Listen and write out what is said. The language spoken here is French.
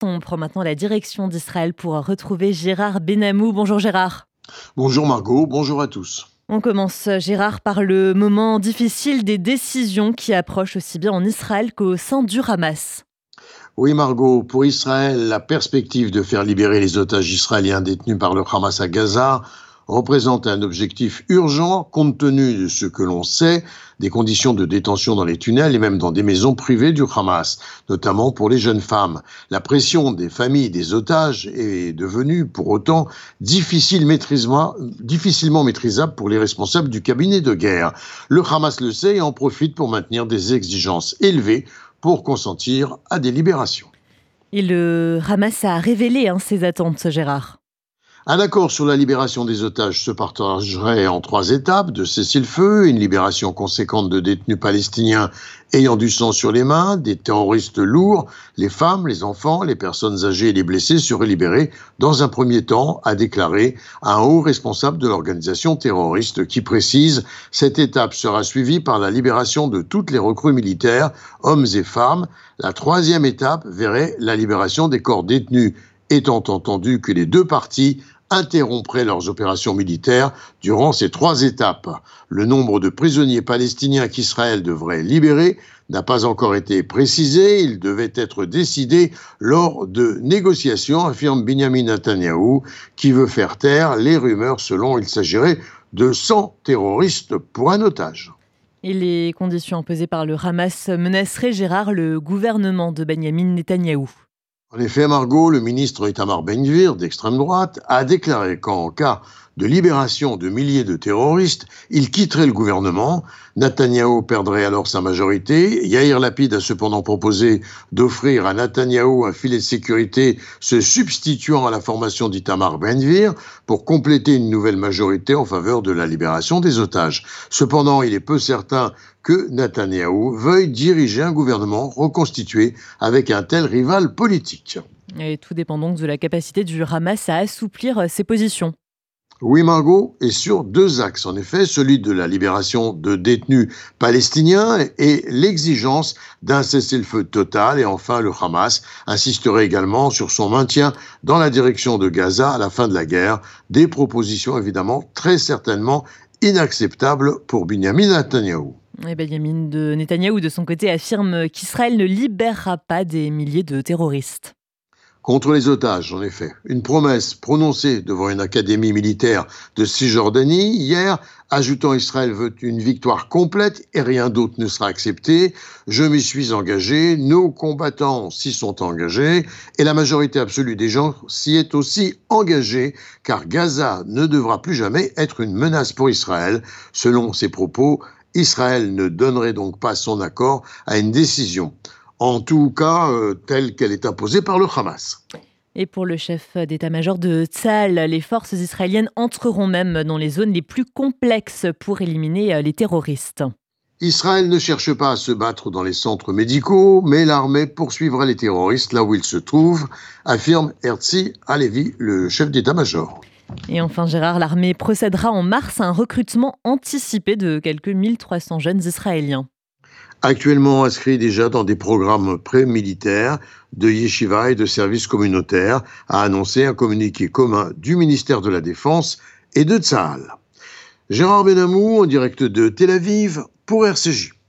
On prend maintenant la direction d'Israël pour retrouver Gérard Benamou. Bonjour Gérard. Bonjour Margot, bonjour à tous. On commence, Gérard, par le moment difficile des décisions qui approchent aussi bien en Israël qu'au sein du Hamas. Oui Margot, pour Israël, la perspective de faire libérer les otages israéliens détenus par le Hamas à Gaza représente un objectif urgent compte tenu de ce que l'on sait des conditions de détention dans les tunnels et même dans des maisons privées du Hamas, notamment pour les jeunes femmes. La pression des familles des otages est devenue pour autant difficilement maîtrisable pour les responsables du cabinet de guerre. Le Hamas le sait et en profite pour maintenir des exigences élevées pour consentir à des libérations. Et le Hamas a révélé ses attentes, Gérard. Un accord sur la libération des otages se partagerait en 3 étapes de cessez-le-feu, une libération conséquente de détenus palestiniens ayant du sang sur les mains, des terroristes lourds, les femmes, les enfants, les personnes âgées et les blessés seraient libérés dans un premier temps, a déclaré un haut responsable de l'organisation terroriste qui précise « Cette étape sera suivie par la libération de toutes les recrues militaires, hommes et femmes. La 3e étape verrait la libération des corps détenus étant entendu que les 2 parties interrompraient leurs opérations militaires durant ces 3 étapes. Le nombre de prisonniers palestiniens qu'Israël devrait libérer n'a pas encore été précisé. Il devait être décidé lors de négociations, affirme Benyamin Netanyahou, qui veut faire taire les rumeurs selon il s'agirait de 100 terroristes pour un otage. Et les conditions imposées par le Hamas menaceraient, Gérard, le gouvernement de Benyamin Netanyahou. En effet, Margot, le ministre Itamar Ben-Gvir d'extrême droite a déclaré qu'en cas de libération de milliers de terroristes, il quitterait le gouvernement. Netanyahou perdrait alors sa majorité. Yair Lapid a cependant proposé d'offrir à Netanyahou un filet de sécurité se substituant à la formation d'Itamar Ben-Gvir pour compléter une nouvelle majorité en faveur de la libération des otages. Cependant, il est peu certain que Netanyahou veuille diriger un gouvernement reconstitué avec un tel rival politique. Et tout dépend donc de la capacité du Hamas à assouplir ses positions. Oui, Margot, et sur 2 axes, en effet, celui de la libération de détenus palestiniens et l'exigence d'un cessez-le-feu total. Et enfin, le Hamas insisterait également sur son maintien dans la direction de Gaza à la fin de la guerre. Des propositions, évidemment, très certainement inacceptables pour Benyamin Netanyahou. Et Benyamin Netanyahou, de son côté, affirme qu'Israël ne libérera pas des milliers de terroristes. Contre les otages, en effet. Une promesse prononcée devant une académie militaire de Cisjordanie hier, ajoutant Israël veut une victoire complète et rien d'autre ne sera accepté. Je m'y suis engagé, nos combattants s'y sont engagés et la majorité absolue des gens s'y est aussi engagée car Gaza ne devra plus jamais être une menace pour Israël. Selon ses propos, Israël ne donnerait donc pas son accord à une décision. En tout cas, telle qu'elle est imposée par le Hamas. Et pour le chef d'état-major de Tsahal, les forces israéliennes entreront même dans les zones les plus complexes pour éliminer les terroristes. Israël ne cherche pas à se battre dans les centres médicaux, mais l'armée poursuivra les terroristes là où ils se trouvent, affirme Herzi Halevi, le chef d'état-major. Et enfin, Gérard, l'armée procédera en mars à un recrutement anticipé de quelques 1300 jeunes Israéliens. Actuellement inscrits déjà dans des programmes pré-militaires de yeshiva et de services communautaires, a annoncé un communiqué commun du ministère de la Défense et de Tsahal. Gérard Benamou, en direct de Tel Aviv, pour RCJ.